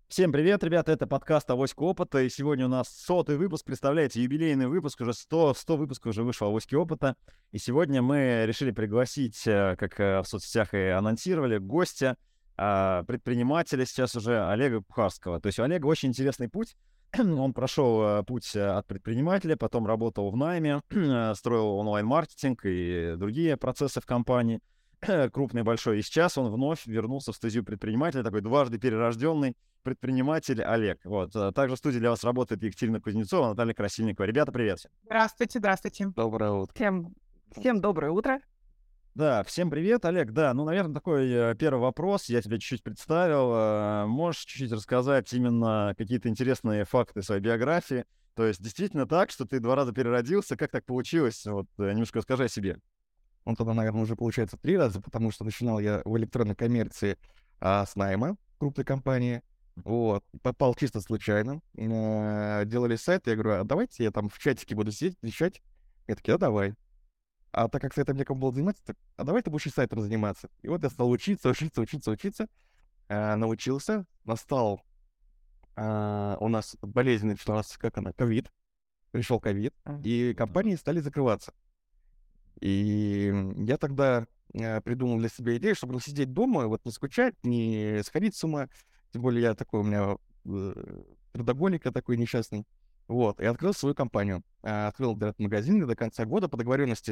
Всем привет, ребята, это подкаст «Авоська опыта», и сегодня у нас 100-й выпуск, представляете, юбилейный выпуск, уже 100 выпусков уже вышло «Авоськи опыта», и сегодня мы решили пригласить, как в соцсетях и анонсировали, гостя, предпринимателя сейчас уже Олега Кухарского. То есть у Олега очень интересный путь, он прошел путь от предпринимателя, потом работал в найме, строил онлайн-маркетинг и другие процессы в компании, крупный, большой, и сейчас он вновь вернулся в стезю предпринимателя, такой дважды перерожденный предприниматель Олег. Вот. Также в студии для вас работает Екатерина Кузнецова, Наталья Красильникова. Ребята, привет всем. Здравствуйте, здравствуйте. Доброе утро. Всем доброе утро. Да, всем привет, Олег. Да, ну, наверное, такой первый вопрос. Я тебя чуть-чуть представил. Можешь чуть-чуть рассказать именно какие-то интересные факты своей биографии? То есть действительно так, что ты 2 раза переродился? Как так получилось? Вот немножко расскажи о себе. Он тогда, наверное, уже получается 3 раза, потому что начинал я в электронной коммерции с найма крупной компании. Вот. Попал чисто случайно. Делали сайт, я говорю, а давайте я там в чатике буду сидеть, вещать. Я такие, давай. А так как сайтом некому было заниматься, так, а давай ты будешь и сайтом заниматься. И вот я стал учиться. Научился. Настал у нас болезнь началась, ковид. Пришел ковид, и компании стали закрываться. И я тогда придумал для себя идею, чтобы не сидеть дома, вот не скучать, не сходить с ума. Тем более я такой, у меня трудоголик, я такой несчастный. Вот, и открыл свою компанию. Открыл интернет-магазин, и до конца года по договоренности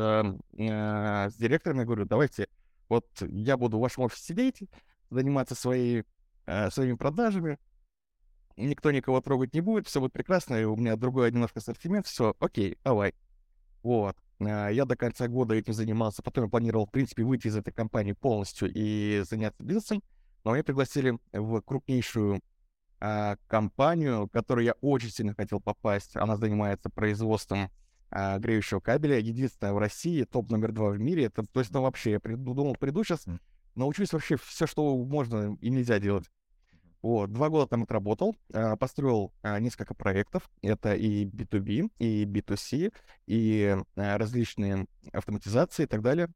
с директором я говорю, давайте, вот я буду в вашем офисе сидеть, заниматься своими продажами, никто никого трогать не будет, все будет прекрасно, и у меня другой немножко ассортимент, все, окей, давай. Вот. Я до конца года этим занимался. Потом я планировал, в принципе, выйти из этой компании полностью и заняться бизнесом. Но меня пригласили в крупнейшую компанию, в которую я очень сильно хотел попасть. Она занимается производством греющего кабеля. Единственная в России, топ номер 2 в мире. Это, то есть, ну, вообще, я думал, приду сейчас, научусь вообще все, что можно и нельзя делать. Вот, 2 года там отработал, построил несколько проектов. Это и B2B, и B2C, и различные автоматизации и так далее.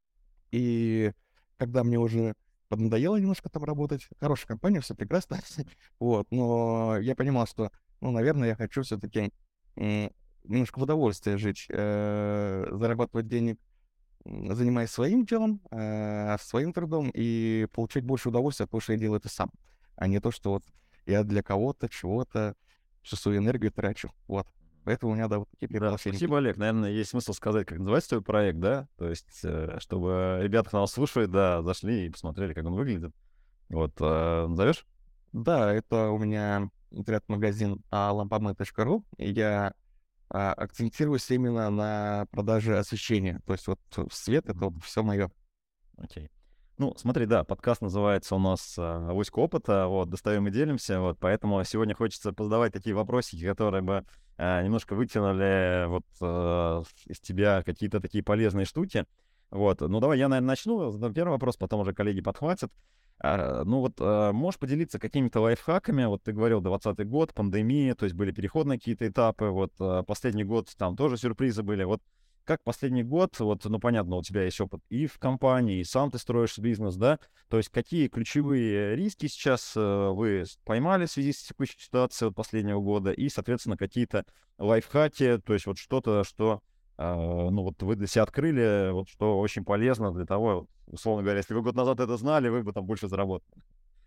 И когда мне уже поднадоело немножко там работать, хорошая компания, все прекрасно, вот, но я понимал, что, ну, наверное, я хочу все-таки немножко в удовольствие жить, зарабатывать денег, занимаясь своим делом, своим трудом и получать больше удовольствия от того, что я делаю это сам, а не то, что вот я для кого-то, чего-то всю свою энергию трачу. Вот. Поэтому у меня, да, вот такие Да, приглашения. спасибо, Олег. Наверное, есть смысл сказать, как называется твой проект, да? То есть, чтобы ребята, кто нас слушают, да, зашли и посмотрели, как он выглядит. Вот, назовешь? Да, это у меня интернет-магазин lampomет.ru, и я акцентируюсь именно на продаже освещения. То есть вот свет — это вот все мое. Окей. Ну, смотри, да, подкаст называется у нас «Авоська опыта», вот, достаем и делимся, вот, поэтому сегодня хочется позадавать такие вопросики, которые бы немножко вытянули вот из тебя какие-то такие полезные штуки, вот. Ну, давай я, наверное, начну, задам первый вопрос, потом уже коллеги подхватят. Ну, вот можешь поделиться какими-то лайфхаками, вот ты говорил, 20-й год, пандемия, то есть были переходные какие-то этапы, вот последний год там тоже сюрпризы были, вот как последний год, вот, ну, понятно, у тебя есть опыт и в компании, и сам ты строишь бизнес, да, то есть какие ключевые риски сейчас вы поймали в связи с текущей ситуацией вот последнего года, и, соответственно, какие-то лайфхаки, то есть вот что-то, что, ну, вот вы для себя открыли, вот, что очень полезно для того, условно говоря, если вы год назад это знали, вы бы там больше заработали.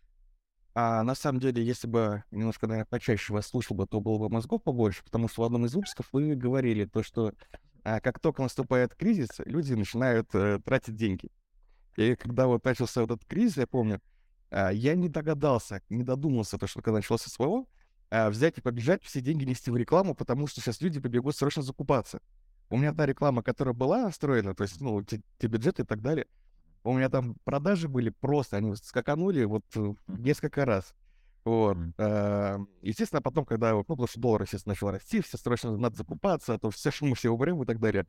А на самом деле, если бы немножко, наверное, почаще вас слушал бы, то было бы мозгов побольше, потому что в одном из выпусков вы говорили то, что как только наступает кризис, люди начинают тратить деньги. И когда вот начался вот этот кризис, я помню, я не догадался, не додумался, то, что когда начался СВО, взять и побежать все деньги нести в рекламу, потому что сейчас люди побегут срочно закупаться. У меня та реклама, которая была настроена, то есть, ну, те бюджеты и так далее, у меня там продажи были просто, они скаканули вот несколько раз. Вот. Естественно, потом, когда, вот, ну, потому что доллар, естественно, начал расти, все срочно надо закупаться, а то мы все умрем и так далее.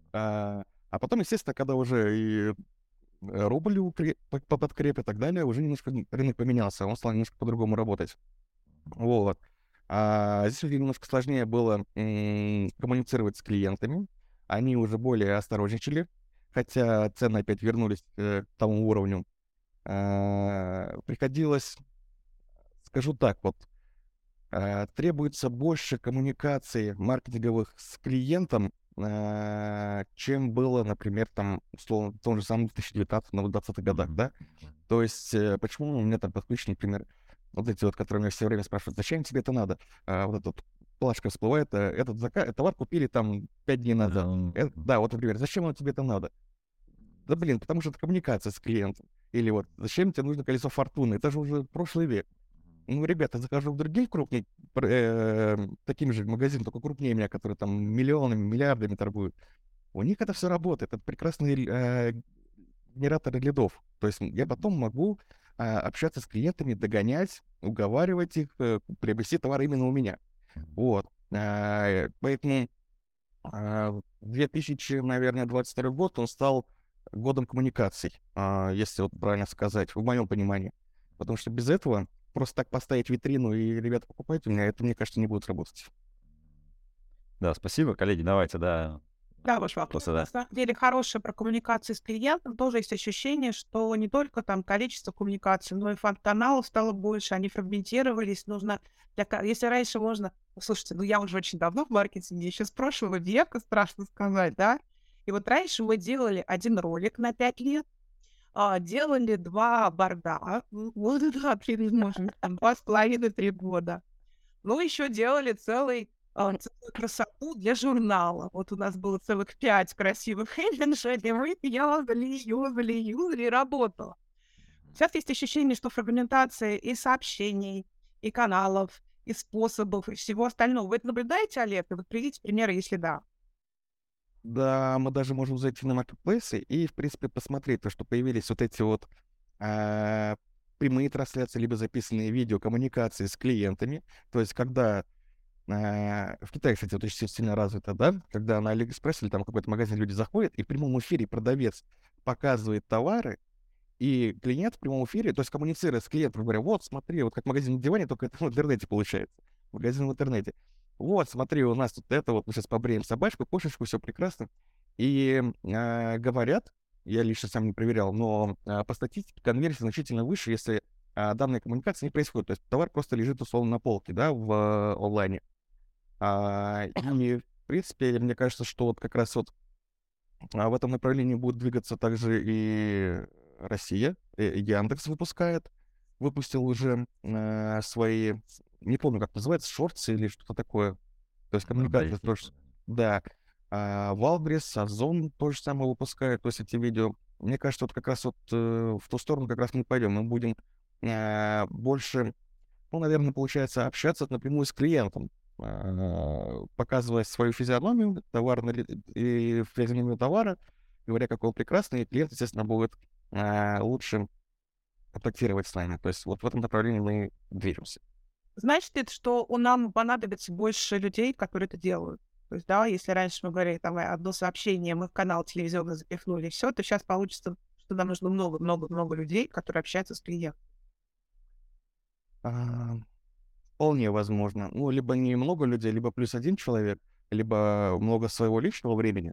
А потом, естественно, когда уже и рубль подкреп и так далее, уже немножко рынок поменялся, он стал немножко по-другому работать. Вот. Здесь уже немножко сложнее было коммуницировать с клиентами. Они уже более осторожничали, хотя цены опять вернулись к тому уровню. Приходилось скажу так, вот требуется больше коммуникаций маркетинговых с клиентом, чем было, например, там, условно, в том же самом 2019-2020 годах, да? То есть, почему у меня там подключены, например, вот эти вот, которые меня все время спрашивают, зачем тебе это надо? Вот эта вот плашка всплывает, этот товар купили там 5 дней назад. Да, вот, например, зачем тебе это надо? Да, блин, потому что это коммуникация с клиентом. Или вот, зачем тебе нужно колесо фортуны? Это же уже прошлый век. Ну, ребята, захожу в другие крупные, таким же магазин, только крупнее меня, которые там миллионами, миллиардами торгуют. У них это все работает. Это прекрасные генераторы лидов. То есть я потом могу общаться с клиентами, догонять, уговаривать их приобрести товар именно у меня. Вот. Поэтому 2022 год, он стал годом коммуникаций, если вот правильно сказать, в моем понимании. Потому что без этого просто так поставить витрину и ребята покупать у меня, это, мне кажется, не будет работать. Да, спасибо, коллеги. Давайте, да. Да, ваш вопрос. Да. На самом деле, хорошая про коммуникации с клиентом. Тоже есть ощущение, что не только там количество коммуникаций, но и каналов стало больше, они фрагментировались. Нужно, если раньше можно... Слушайте, я уже очень давно в маркетинге, еще с прошлого века, страшно сказать, да? И вот раньше мы делали один ролик на 5 лет, делали 2 борда, вот это может, там 2,5-3 года. Ну, еще делали целую красоту для журнала. Вот у нас было целых 5 красивых имиджей, и мы юзали, и работало. Сейчас есть ощущение, что фрагментация и сообщений, и каналов, и способов, и всего остального. Вы это наблюдаете, Олег? И вот приведите примеры, если да. Да, мы даже можем зайти на маркетплейсы и, в принципе, посмотреть то, что появились вот эти вот прямые трансляции, либо записанные видео коммуникации с клиентами. То есть, когда в Китае, кстати, вот очень сильно развито, да, когда на Алиэкспресс или там какой-то магазин люди заходят, и в прямом эфире продавец показывает товары, и клиент в прямом эфире, то есть коммуницируя с клиентом, говоря, вот, смотри, вот как магазин на диване, только это в интернете получается. Магазин в интернете. Вот, смотри, у нас тут это, вот мы сейчас побреем собачку, кошечку, все прекрасно. И говорят, я лично сам не проверял, но по статистике конверсия значительно выше, если данная коммуникация не происходит. То есть товар просто лежит условно на полке, да, в онлайне. И, в принципе, мне кажется, что вот как раз вот в этом направлении будет двигаться также и Россия. Яндекс выпустил уже свои, не помню, как называется, шортсы или что-то такое. То есть коммуникация тоже. Да. Wildberries, Озон то же самое выпускает, то есть эти видео. Мне кажется, вот как раз вот в ту сторону как раз мы пойдем. Мы будем больше, ну, наверное, получается, общаться напрямую с клиентом, показывая свою физиономию и физиономию товара, говоря, какой он прекрасный, и клиент, естественно, будет лучше контактировать с нами. То есть вот в этом направлении мы движемся. Значит ли это, что нам понадобится больше людей, которые это делают? То есть, да, если раньше мы говорили, там, одно сообщение, мы в канал телевизионный запихнули, все, то сейчас получится, что нам нужно много-много-много людей, которые общаются с клиентом. Вполне возможно. Ну, либо не много людей, либо плюс один человек, либо много своего личного времени.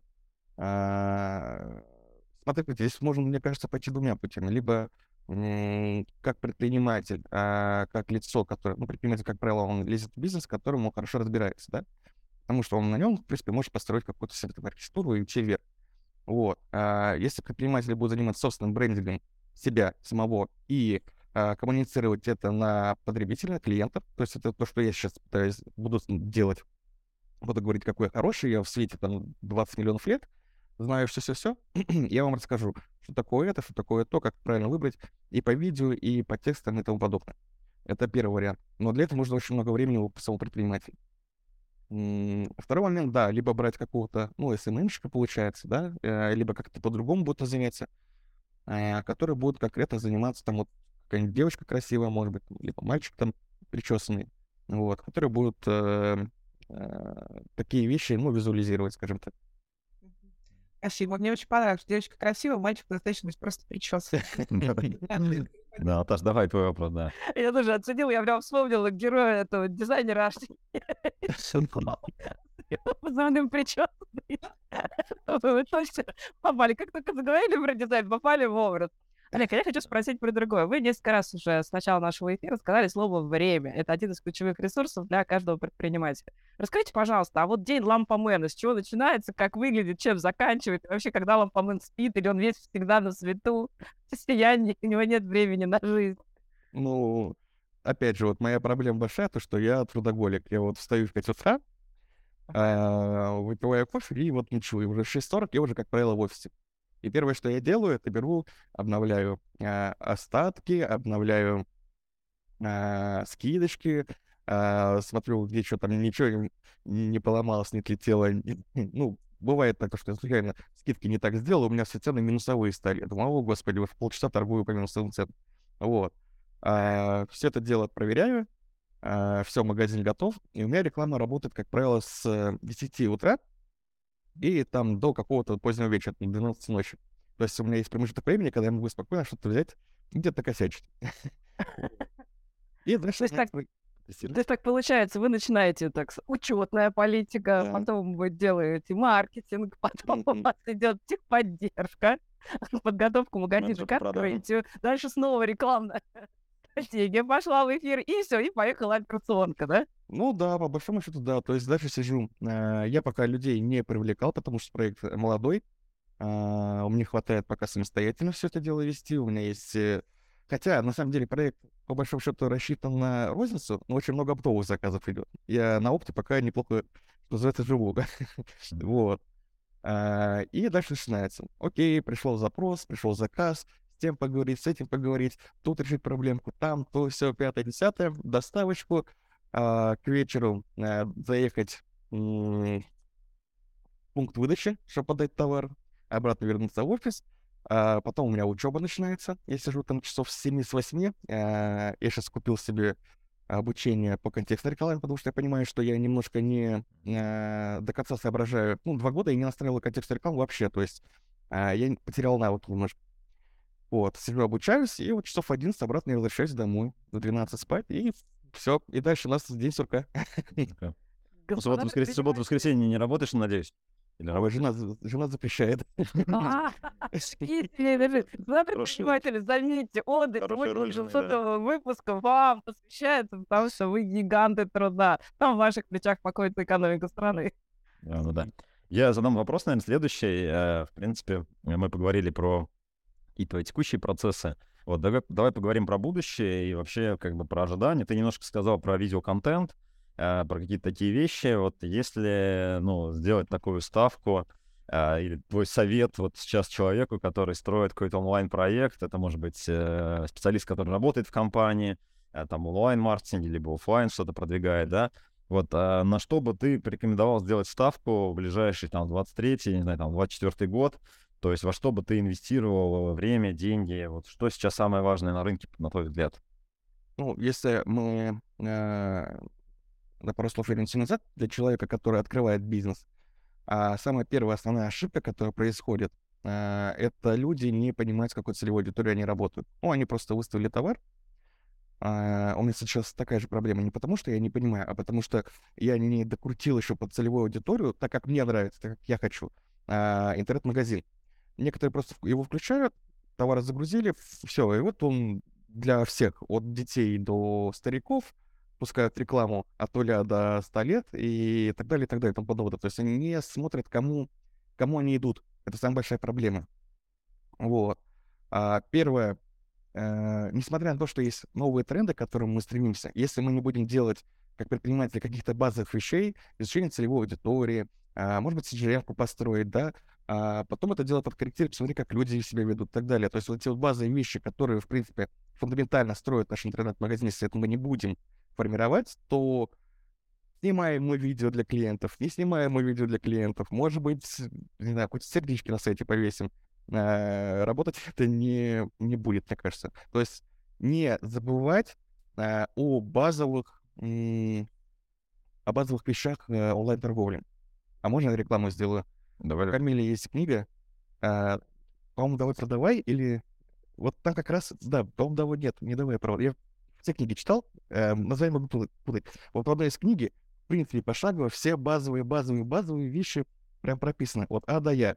Смотрите, здесь можно, мне кажется, пойти двумя путями. Либо как предприниматель, как лицо, которое, ну, предприниматель, как правило, он лезет в бизнес, которому он хорошо разбирается, да? Потому что он на нем, в принципе, может построить какую-то себе архитектуру и уйти вверх. Вот. Если предприниматель будет заниматься собственным брендингом себя самого и коммуницировать это на потребителя, клиентов, то есть это то, что я сейчас буду делать. Буду говорить, какой я хороший, я в свете там 20 миллионов лет, знаю все-все-все, я вам расскажу, что такое это, что такое то, как правильно выбрать и по видео, и по текстам и тому подобное. Это первый вариант. Но для этого нужно очень много времени у самого предпринимателя. Второй момент, да, либо брать какого-то, ну, СММщика, получается, да, либо как-то по-другому будет заняться, который будет конкретно заниматься, там, вот, какая-нибудь девочка красивая, может быть, либо мальчик там причесанный, вот, которые будут такие вещи, ну, визуализировать, скажем так. Спасибо. Мне очень понравилось. Девочка красивая, мальчик достаточно быть просто причёсан. Да, Наташ, давай твой вопрос, да. Я тоже оценила, я прям вспомнила героя этого дизайнера аж. Позывным причёсанный. Вы точно попали. Как только заговорили про дизайн, попали в образ. Олег, я хочу спросить про другое. Вы несколько раз уже с начала нашего эфира сказали слово «время». Это один из ключевых ресурсов для каждого предпринимателя. Расскажите, пожалуйста, а вот день лампомена, с чего начинается, как выглядит, чем заканчивает? И вообще, когда лампомен спит, или он весь всегда на свету, в сиянии, у него нет времени на жизнь? Ну, опять же, вот моя проблема большая, то, что я трудоголик. Я вот встаю в 5 утра, выпиваю кофе и вот ничего. И уже в 6:40 я уже, как правило, в офисе. И первое, что я делаю, это беру, обновляю остатки, обновляю скидочки, смотрю, где что там, ничего не поломалось, не отлетело. Ну, бывает так, что я случайно скидки не так сделал, у меня все цены минусовые стали. Я думаю, о, господи, уже полчаса торгую по минусовым ценам. Вот. Все это дело проверяю, все, магазин готов, и у меня реклама работает, как правило, с 10 утра и там до какого-то позднего вечера, 12 ночи. То есть у меня есть промежуток времени, когда я могу спокойно что-то взять и где-то косячить. И дальше... То есть так получается, вы начинаете так учетная политика, Да. потом вы делаете маркетинг, потом у вас идет техподдержка, подготовка магазина к открытию, дальше снова рекламная стратегия пошла в эфир, и все, и поехала операционка, да? Ну да, по большому счету, да. То есть дальше сижу. Я пока людей не привлекал, потому что проект молодой. Мне хватает пока самостоятельно все это дело вести. У меня есть... Хотя, на самом деле, проект, по большому счету, рассчитан на розницу, но очень много оптовых заказов идет. Я на опте пока неплохо, что называется, живу. Вот. И дальше начинается. Окей, пришел запрос, пришел заказ, с тем поговорить, с этим поговорить, тут решить проблемку, там, то, все, 5-10, доставочку, к вечеру заехать в пункт выдачи, чтобы подать товар, обратно вернуться в офис. Потом у меня учеба начинается. Я сижу там часов с 7-8. Я сейчас купил себе обучение по контекстной рекламе, потому что я понимаю, что я немножко не до конца соображаю. 2 года я не настраивал контекстную рекламу вообще, то есть я потерял навык немножко. Вот, сижу, обучаюсь, и вот часов 11 обратно я возвращаюсь домой, в 12 спать, и все. И дальше у нас день сурка. В субботу, воскресенье не работаешь, надеюсь? Или Ой, жена запрещает. Предприниматели, заметьте, отдых 800 выпусков вам посвящается, потому что вы гиганты труда. Там в ваших плечах покоится экономика страны. Ну да. Я задам вопрос, наверное, следующий. В принципе, мы поговорили про какие-то текущие процессы. Вот, давай поговорим про будущее и вообще как бы про ожидания. Ты немножко сказал про видеоконтент, про какие-то такие вещи. Вот если, сделать такую ставку, или твой совет вот сейчас человеку, который строит какой-то онлайн-проект, это может быть специалист, который работает в компании, там онлайн-маркетинг, либо офлайн что-то продвигает, да, вот на что бы ты порекомендовал сделать ставку в ближайший, там, 23-й, не знаю, там, 24-й год, то есть во что бы ты инвестировал время, деньги, вот что сейчас самое важное на рынке, на твой взгляд? Если мы на пару слов вернемся назад, для человека, который открывает бизнес, самая первая основная ошибка, которая происходит, это люди не понимают, с какой целевой аудиторией они работают. Они просто выставили товар. У меня сейчас такая же проблема не потому, что я не понимаю, а потому что я не докрутил еще под целевую аудиторию, так как мне нравится, так как я хочу. Интернет-магазин. Некоторые просто его включают, товары загрузили, все, и вот он для всех, от детей до стариков, пускают рекламу от 0 до 100 лет и так далее, и так далее, и тому подобное. То есть они не смотрят, кому они идут. Это самая большая проблема. Вот. Первое, несмотря на то, что есть новые тренды, к которым мы стремимся, если мы не будем делать, как предприниматели, каких-то базовых вещей, изучение целевой аудитории, может быть, CRM-ку построить, да, потом это дело подкорректировать, посмотреть, как люди себя ведут и так далее. То есть вот эти вот базовые вещи, которые, в принципе, фундаментально строят наш интернет-магазин, если это мы не будем формировать, то снимаем мы видео для клиентов, не снимаем мы видео для клиентов, может быть, не знаю, какие-то сердечки на сайте повесим. Работать это не будет, мне кажется. То есть не забывать о базовых вещах онлайн-торговли. А можно я рекламу сделаю? Давай. У Камиля есть книга, по-моему, «Давай продавай», или вот там как раз, да, по-моему, «Давай нет», не «Давай продавай». Я все книги читал, название могу путать. Вот в одной из книги, в принципе, пошагово все базовые вещи прям прописаны. Вот А до Я.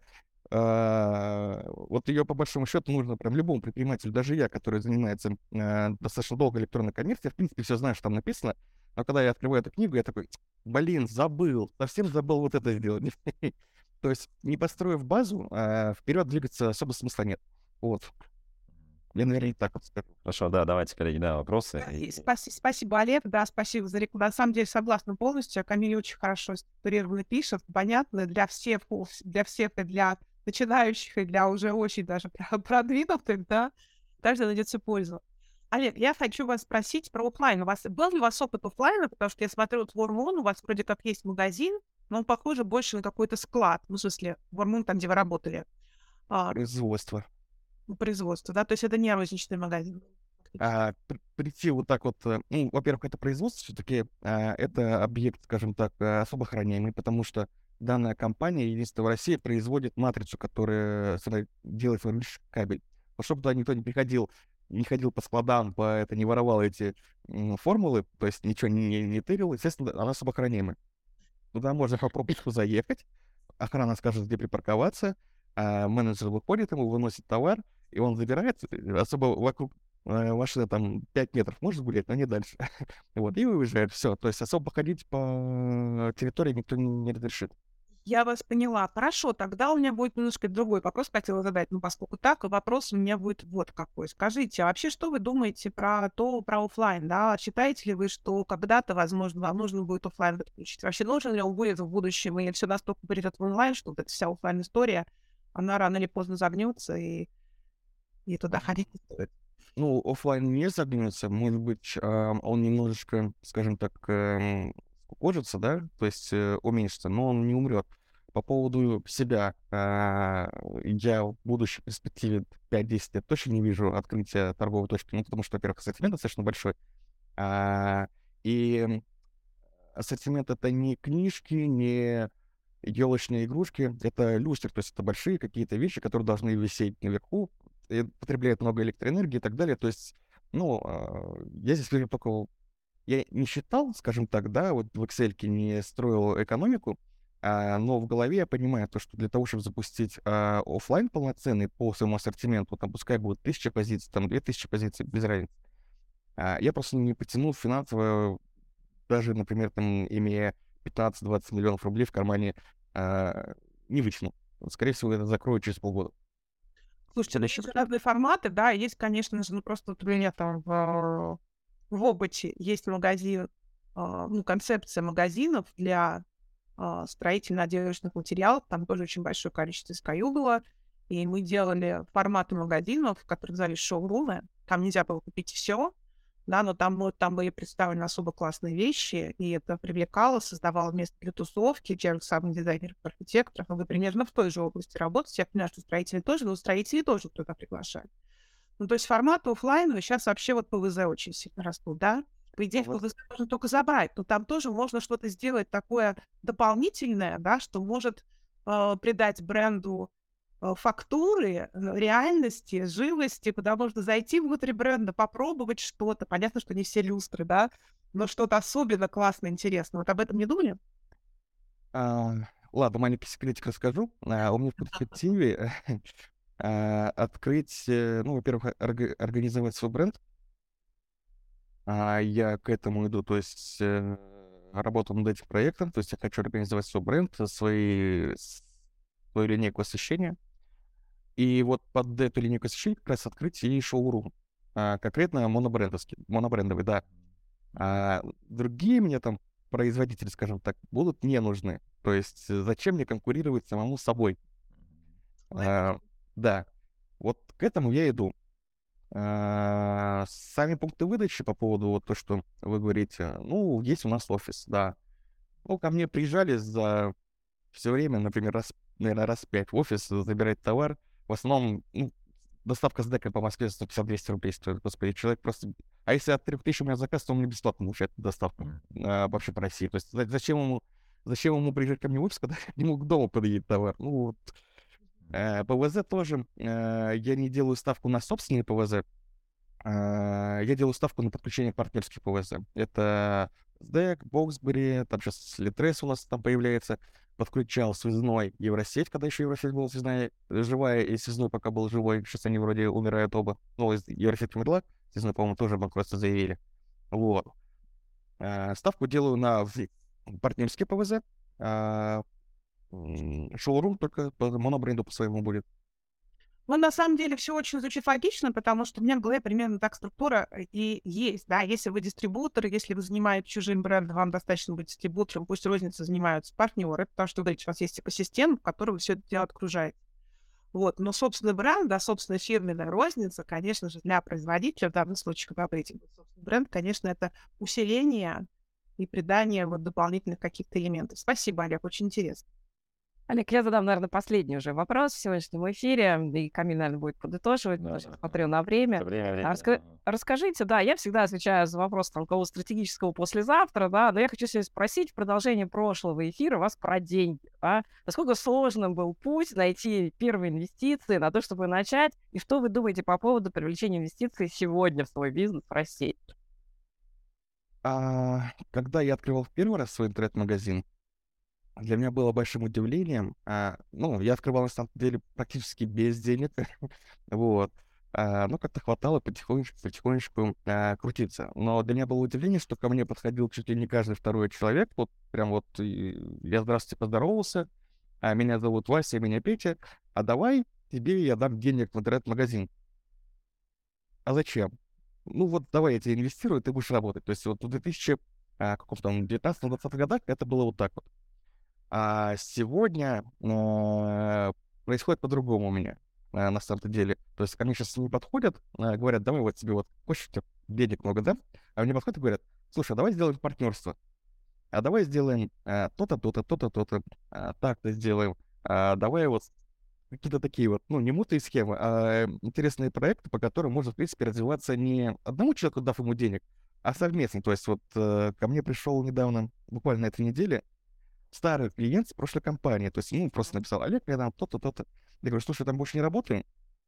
вот ее по большому счету нужно прям любому предпринимателю, даже я, который занимается достаточно долго электронной коммерцией, в принципе, все знаю, что там написано, но когда я открываю эту книгу, я такой, блин, совсем забыл вот это сделать. То есть, не построив базу, вперед двигаться особо смысла нет. Вот. Я, наверное, так вот скажу. Хорошо, да, давайте, коллеги, да, вопросы. И спасибо, Олег, да, спасибо за рекламу. На самом деле согласна полностью. Камиль очень хорошо структурированно пишет, понятно для всех и для начинающих, и для уже очень даже продвинутых, да, каждый найдется пользу. Олег, я хочу вас спросить про оффлайн. Был ли у вас опыт оффлайна? Потому что я смотрю, вот в Ормон у вас вроде как есть магазин, но он похоже больше на какой-то склад. Ну, в смысле, в Ормон, там, где вы работали. Производство. Производство, да? То есть это не розничный магазин. Прийти вот так вот, ну, во-первых, это производство, все-таки это объект, скажем так, особо охраняемый, потому что данная компания, единственная в России, производит матрицу, которая делает кабель. Вот чтобы туда никто не ходил по складам, не воровал эти формулы, то есть ничего не тырил, естественно, она особо охраняемая. Туда можно по пропуску заехать, охрана скажет, где припарковаться, менеджер выходит, ему выносит товар, и он забирает, особо вокруг машина там 5 метров может гулять, но не дальше. Вот, и уезжает, все. То есть особо ходить по территории никто не разрешит. Я вас поняла. Хорошо, тогда у меня будет немножко другой вопрос, хотела задать, ну, поскольку так, вопрос у меня будет вот какой. Скажите, а вообще, что вы думаете про оффлайн, да? Считаете ли вы, что когда-то, возможно, вам нужно будет оффлайн подключить? Вообще, нужен ли он будет в будущем, или все настолько перейдет в онлайн, что вот эта вся оффлайн история, она рано или поздно загнется, и туда ходить не стоит? Ну, оффлайн не загнется, может быть, он немножечко, скажем так, скукожится, да, то есть уменьшится, но он не умрет. По поводу себя, я в будущей перспективе 5-10 лет точно не вижу открытия торговой точки, ну, потому что, во-первых, ассортимент достаточно большой, и ассортимент — это не книжки, не елочные игрушки, это люстры, то есть это большие какие-то вещи, которые должны висеть наверху, и потребляют много электроэнергии и так далее. То есть, ну, я здесь вижу только... Я не считал, скажем так, да, вот в Excel не строил экономику, но в голове я понимаю то, что для того, чтобы запустить оффлайн полноценный по своему ассортименту, там пускай будет 1000 позиций, там 2000 позиций, без разницы, я просто не потянул финансово, даже, например, там, имея 15-20 миллионов рублей в кармане, не вытяну. Скорее всего, это закрою через полгода. Слушайте, ну еще разные форматы, да, есть, конечно же, ну просто вот у меня там в Обочи есть магазин, ну, концепция магазинов для строительно-отделочных материалов, там тоже очень большое количество SKU было, и мы делали форматы магазинов, которые назывались шоурумы, там нельзя было купить все, да, но там были представлены особо классные вещи, и это привлекало, создавало место для тусовки тех же самых дизайнеров, архитекторов, вы примерно в той же области работаете, я понимаю, что строители тоже, но строители тоже туда приглашают. Ну, то есть форматы оффлайновые сейчас вообще вот ПВЗ очень сильно растут, да? По идее, в ПВЗ можно только забрать, но там тоже можно что-то сделать такое дополнительное, да, что может придать бренду фактуры, реальности, живости, куда можно зайти внутрь бренда, попробовать что-то. Понятно, что не все люстры, да, но что-то особенно классное, интересное. Вот об этом не думали? Ладно, маленький секретик расскажу. У меня в перспективе открыть, ну, во-первых, организовать свой бренд. Я к этому иду, то есть работаю над этим проектом, то есть я хочу организовать свой бренд, свою линейку освещения. И вот под эту линейку освещения как раз открыть и шоурум. Конкретно монобрендовый, да. Другие мне там производители, скажем так, будут не нужны. То есть зачем мне конкурировать самому с собой? Да, вот к этому я иду. Сами пункты выдачи по поводу вот то, что вы говорите, ну, есть у нас офис, да. Ну, ко мне приезжали за все время, например, наверное, раз 5 в офис забирать товар. В основном, ну, доставка с декой по Москве 150-200 рублей стоит. Господи, человек просто... А если от 3000 у меня заказ, то он мне бесплатно получает доставку вообще по России. То есть зачем ему приезжать ко мне в офис, когда к нему к дому подъедет товар? Ну, вот. ПВЗ тоже. Я не делаю ставку на собственные ПВЗ. Я делаю ставку на подключение партнерских ПВЗ. Это SDEC, Boxberry, там сейчас Litres у нас там появляется. Подключал связной Евросеть, когда еще Евросеть была связная, живая, и связной пока был живой. Сейчас они вроде умирают оба. Ну, Евросеть умерла, связной, по-моему, тоже банкротство заявили. Вот. Ставку делаю на партнерские ПВЗ. Шоурум только по монобренду по своему будет. Ну, на самом деле, все очень звучит логично, потому что у меня в голове примерно так структура и есть, да. Если вы дистрибьютор, если вы занимаетесь чужим брендом, вам достаточно быть дистрибьютором, пусть розница занимаются партнеры, потому что, говорите, у вас есть экосистема, в которой вы все это дело окружаете. Вот. Но собственный бренд, да, собственная фирменная розница, конечно же, для производителя, в данном случае, когда вы собственный бренд, конечно, это усиление и придание вот дополнительных каких-то элементов. Спасибо, Олег, очень интересно. Олег, я задам, наверное, последний уже вопрос в сегодняшнем эфире, и Камиль, наверное, будет подытоживать, потому что смотрю на время. Расскажите, да, я всегда отвечаю за вопрос такого стратегического послезавтра, да, но я хочу себя спросить в продолжении прошлого эфира вас про деньги, да. Насколько сложным был путь найти первые инвестиции на то, чтобы начать, и что вы думаете по поводу привлечения инвестиций сегодня в свой бизнес в России? Когда я открывал в первый раз свой интернет-магазин, для меня было большим удивлением. Я открывал, на самом деле, практически без денег. Вот. Но как-то хватало потихонечку крутиться. Но для меня было удивление, что ко мне подходил чуть ли не каждый второй человек. Вот прям вот я здравствуйте поздоровался. Меня зовут Вася, меня Петя. А давай тебе я дам денег в интернет-магазин. А зачем? Ну вот давай я тебе инвестирую, ты будешь работать. То есть вот в 2019-2020 годах это было вот так вот. А сегодня происходит по-другому у меня, на самом деле. То есть ко мне сейчас не подходят, говорят, давай вот тебе вот, хочешь, тебе денег много, да? А мне подходят и говорят, слушай, а давай сделаем партнерство. А давай сделаем то-то, то-то, то-то, то-то, так-то сделаем. Давай вот какие-то такие вот, не мутные схемы, а интересные проекты, по которым можно, в принципе, развиваться не одному человеку, дав ему денег, а совместно. То есть вот ко мне пришел недавно, буквально на этой неделе, старый клиент с прошлой компании. То есть ему просто написал, Олег, я там то-то, то-то. Я говорю, слушай, там больше не работаем.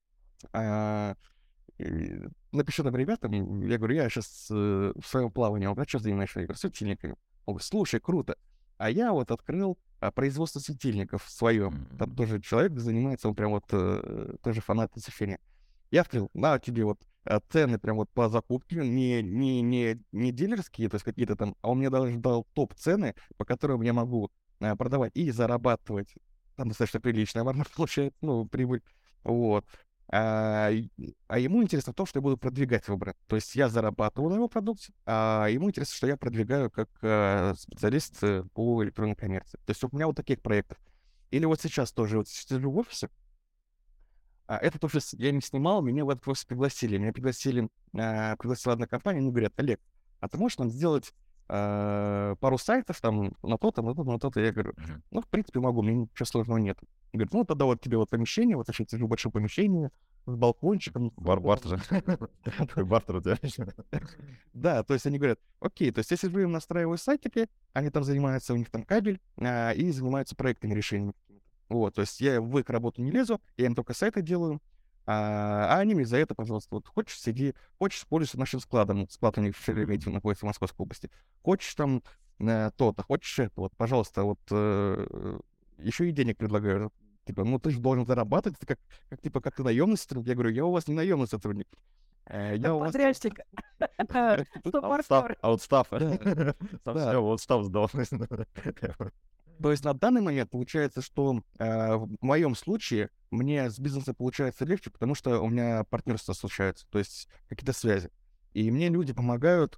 Напиши там ребятам. Я говорю, я сейчас в своем плавании. Он говорит, а что занимаешься? Я говорю, светильниками. Он говорит, слушай, круто. А я вот открыл производство светильников в своем. Там тоже человек занимается, он прям вот тоже фанат освещения. Я открыл, тебе вот цены прям вот по закупке, не дилерские, то есть какие-то там, а он мне даже дал топ-цены, по которым я могу продавать и зарабатывать. Там достаточно приличная получается, прибыль. Вот. А ему интересно в том, что я буду продвигать его бренд. То есть я зарабатываю на его продукте, а ему интересно, что я продвигаю как специалист по электронной коммерции. То есть у меня вот таких проектов. Или вот сейчас тоже, вот сижу в офисе, этот офис я не снимал, меня в этот офис пригласили. Меня пригласила одна компания, они говорят, Олег, а ты можешь нам сделать пару сайтов там на то-то, на то-то, на то-то? Я говорю, в принципе, могу, мне ничего сложного нет. Говорит, тогда вот тебе вот помещение, вот я сижу в большом помещении с балкончиком. Бартер. Такой бартер у тебя. Да, то есть они говорят, окей, то есть я сижу им настраиваю сайтики, они там занимаются, у них там кабель, и занимаются проектными решениями. Вот, то есть я в их работу не лезу, я им только сайты делаю, а они мне за это, пожалуйста, вот хочешь пользуйся нашим складом, склад у них в Шереметьево находится в Московской области, хочешь там то-то, хочешь это, вот, пожалуйста, вот еще и денег предлагаю, типа, ты же должен зарабатывать, это как ты наемный сотрудник, я говорю, я у вас не наемный сотрудник. Я у вас... Подрядчик. Аутстав. Все, аутстав сдал. То есть на данный момент получается, что в моем случае мне с бизнесом получается легче, потому что у меня партнерство случается, то есть какие-то связи. И мне люди помогают.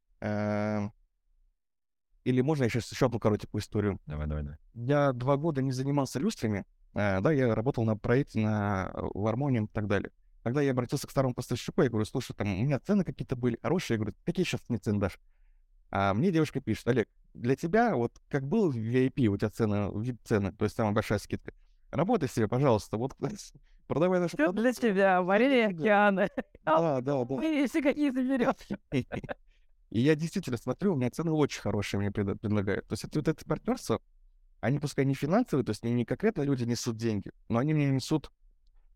Или можно я сейчас еще одну коротенькую историю? Давай. Я 2 года не занимался люстрами. Я работал на проекте, в Harmonium и так далее. Когда я обратился к старому поставщику, я говорю, слушай, там у меня цены какие-то были хорошие. Я говорю, какие сейчас мне цены дашь? А мне девушка пишет, Олег, для тебя, вот как был VIP, у тебя VIP-цены, то есть самая большая скидка, работай себе, пожалуйста, вот продавай нашу продукцию. Для тебя, Мария Океана. Да. Если какие-то берешь. И я действительно смотрю, у меня цены очень хорошие мне предлагают. То есть это партнерство, они пускай не финансовые, то есть не конкретно люди несут деньги, но они мне несут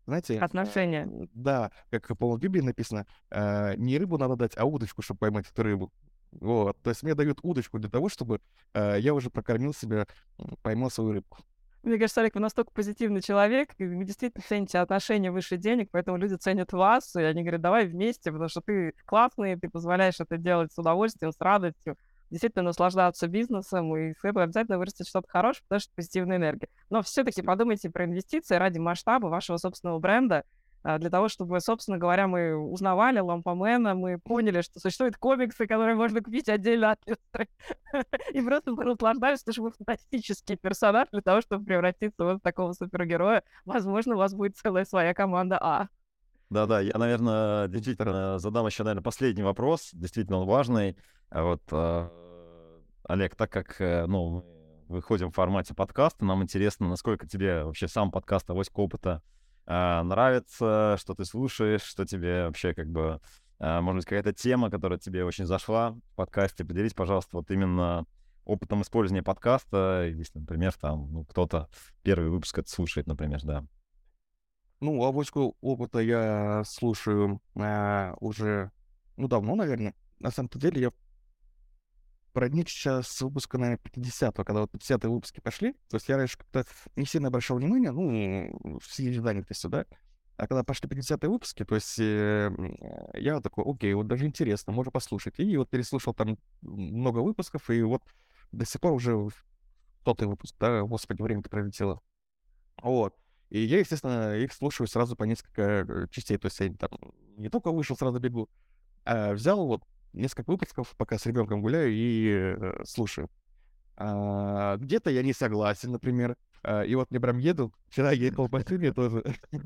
знаете, Отношения. да, как, по-моему, в Библии написано, не рыбу надо дать, а удочку, чтобы поймать эту рыбу. Вот, то есть мне дают удочку для того, чтобы я уже прокормил себя, поймал свою рыбку. Мне кажется, Олег, вы настолько позитивный человек, и вы действительно цените отношения выше денег, поэтому люди ценят вас, и они говорят, давай вместе, потому что ты классный, ты позволяешь это делать с удовольствием, с радостью, действительно наслаждаться бизнесом, и с этого обязательно вырастет что-то хорошее, потому что позитивная энергия. Но все-таки подумайте про инвестиции ради масштаба вашего собственного бренда, для того, чтобы, собственно говоря, мы узнавали Лампомена, мы поняли, что существуют комиксы, которые можно купить отдельно от люстры, и просто наслаждались, потому что вы фантастический персонаж для того, чтобы превратиться в такого супергероя. Возможно, у вас будет целая своя команда А. Да-да, я, наверное, действительно задам еще, наверное, последний вопрос, действительно он важный. Вот, Олег, так как, ну, мы выходим в формате подкаста, нам интересно, насколько тебе вообще сам подкаст «Авоська опыта» нравится, что ты слушаешь, что тебе вообще как бы, может быть, какая-то тема, которая тебе очень зашла в подкасте. Поделись, пожалуйста, вот именно опытом использования подкаста, если, например, там, ну, кто-то первый выпуск это слушает, например, да. Ну, «Авоську опыта» я слушаю уже, ну, давно, наверное. На самом-то деле я проник сейчас с выпуска, наверное, 50-го, когда вот 50-е выпуски пошли. То есть я раньше как-то не сильно обращал внимание, ну, в силе занятости, да. А когда пошли 50-е выпуски, то есть я такой, окей, вот даже интересно, можно послушать. И вот переслушал там много выпусков, и вот до сих пор уже 100-й выпуск, да, господи, время-то пролетело. Вот. И я, естественно, их слушаю сразу по несколько частей. То есть я там не только вышел, сразу бегу, а взял вот несколько выпусков, пока с ребенком гуляю, и слушаю. Где-то я не согласен, например. И вот мне прям еду. Вчера ехал по фильме тоже.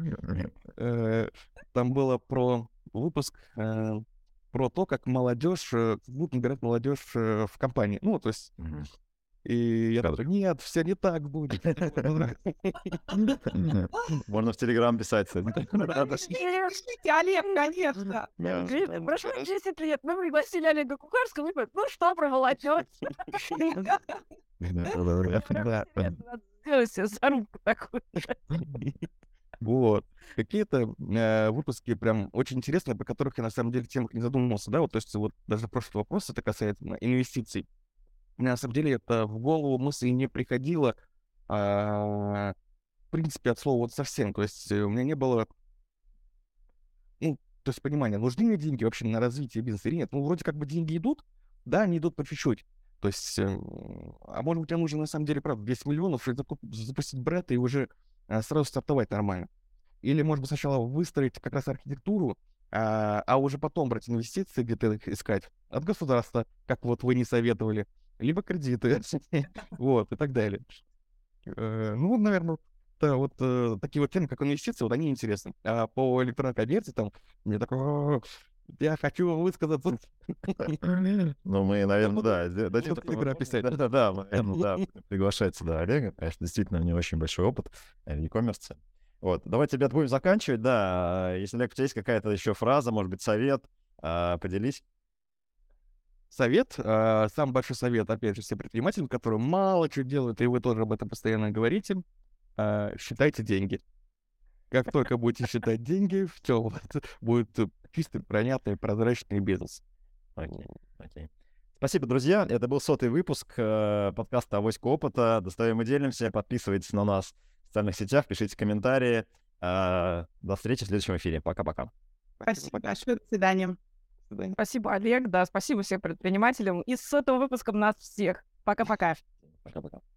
Там было про выпуск про то, как молодежь, будут набирать молодежь в компании. Ну, то есть... И я такой, нет, все не так будет. Можно в Телеграм писать. Пришлите, Олег, конечно. Прошло 10 лет, мы пригласили Олега Кухарского, и ну что про молодежь? Сделай себе зарубку такую. Вот. Какие-то выпуски прям очень интересные, по которых я на самом деле темах не задумывался, да, вот, то есть вот даже прошлый вопрос, это касается инвестиций. Мне на самом деле это в голову мысль не приходило, в принципе, от слова вот совсем. То есть у меня не было, ну, то есть понимания, нужны мне деньги вообще на развитие бизнеса или нет. Ну, вроде как бы деньги идут, да, они идут по чуть-чуть. То есть, а может быть, мне нужно на самом деле, правда, 10 миллионов, чтобы запустить бренд и уже сразу стартовать нормально. Или, может быть, сначала выстроить как раз архитектуру, а уже потом брать инвестиции, где-то их искать от государства, как вот вы не советовали, либо кредиты, вот, и так далее. Ну, наверное, вот такие вот темы, как инвестиции, вот они интересны. А по электронной коммерции, там, мне такое, я хочу высказаться. Ну, мы, наверное, да, дадим Что-то Телеграм писать. Да, наверное, да, приглашается, да, Олега. Конечно, действительно, у него очень большой опыт в e-commerce. Вот, давайте, ребят, будем заканчивать, да. Если, Олег, у тебя есть какая-то еще фраза, может быть, совет, поделись. Совет, самый большой совет, опять же, всем предпринимателям, которые мало что делают, и вы тоже об этом постоянно говорите, считайте деньги. Как только будете считать деньги, все, у вас будет чистый, понятный, прозрачный бизнес. Окей. Спасибо, друзья. Это был 100-й выпуск подкаста «Авоська опыта». Достаем и делимся. Подписывайтесь на нас в социальных сетях, пишите комментарии. До встречи в следующем эфире. Пока-пока. Спасибо большое. До свидания. Спасибо, Олег, да, спасибо всем предпринимателям. И с этого выпуском нас всех. Пока-пока. Пока-пока.